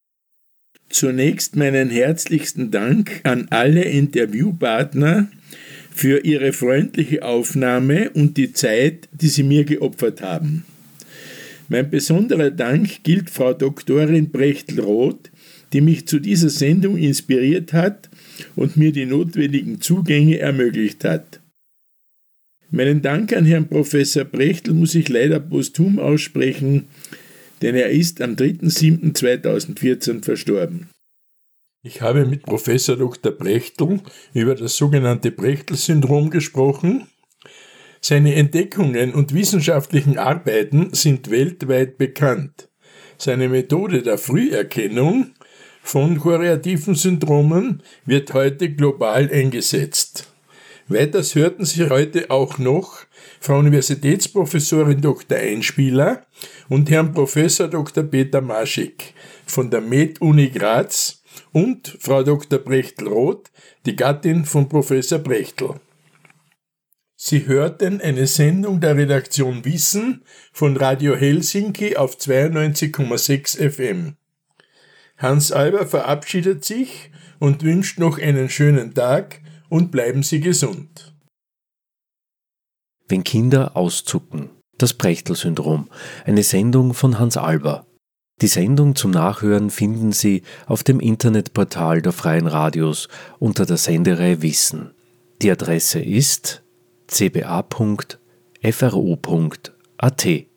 Zunächst meinen herzlichsten Dank an alle Interviewpartner für ihre freundliche Aufnahme und die Zeit, die sie mir geopfert haben. Mein besonderer Dank gilt Frau Doktorin Brechtl-Roth, die mich zu dieser Sendung inspiriert hat und mir die notwendigen Zugänge ermöglicht hat. Meinen Dank an Herrn Professor Brechtl muss ich leider posthum aussprechen, denn er ist am dritter siebter zweitausendvierzehn verstorben. Ich habe mit Professor Doktor Brechtl über das sogenannte Brechtl-Syndrom gesprochen. Seine Entdeckungen und wissenschaftlichen Arbeiten sind weltweit bekannt. Seine Methode der Früherkennung von choreativen Syndromen wird heute global eingesetzt. Weiters hörten Sie heute auch noch Frau Universitätsprofessorin Doktor Einspieler und Herrn Professor Doktor Peter Maschik von der Med-Uni Graz und Frau Doktor Brechtl-Roth, die Gattin von Professor Brechtl. Sie hörten eine Sendung der Redaktion Wissen von Radio Helsinki auf zweiundneunzig Komma sechs F M. Hans Alber verabschiedet sich und wünscht noch einen schönen Tag und bleiben Sie gesund. Wenn Kinder auszucken. Das Brechtel-Syndrom. Eine Sendung von Hans Alber. Die Sendung zum Nachhören finden Sie auf dem Internetportal der Freien Radios unter der Sendereihe Wissen. Die Adresse ist c b a punkt f r o punkt a t.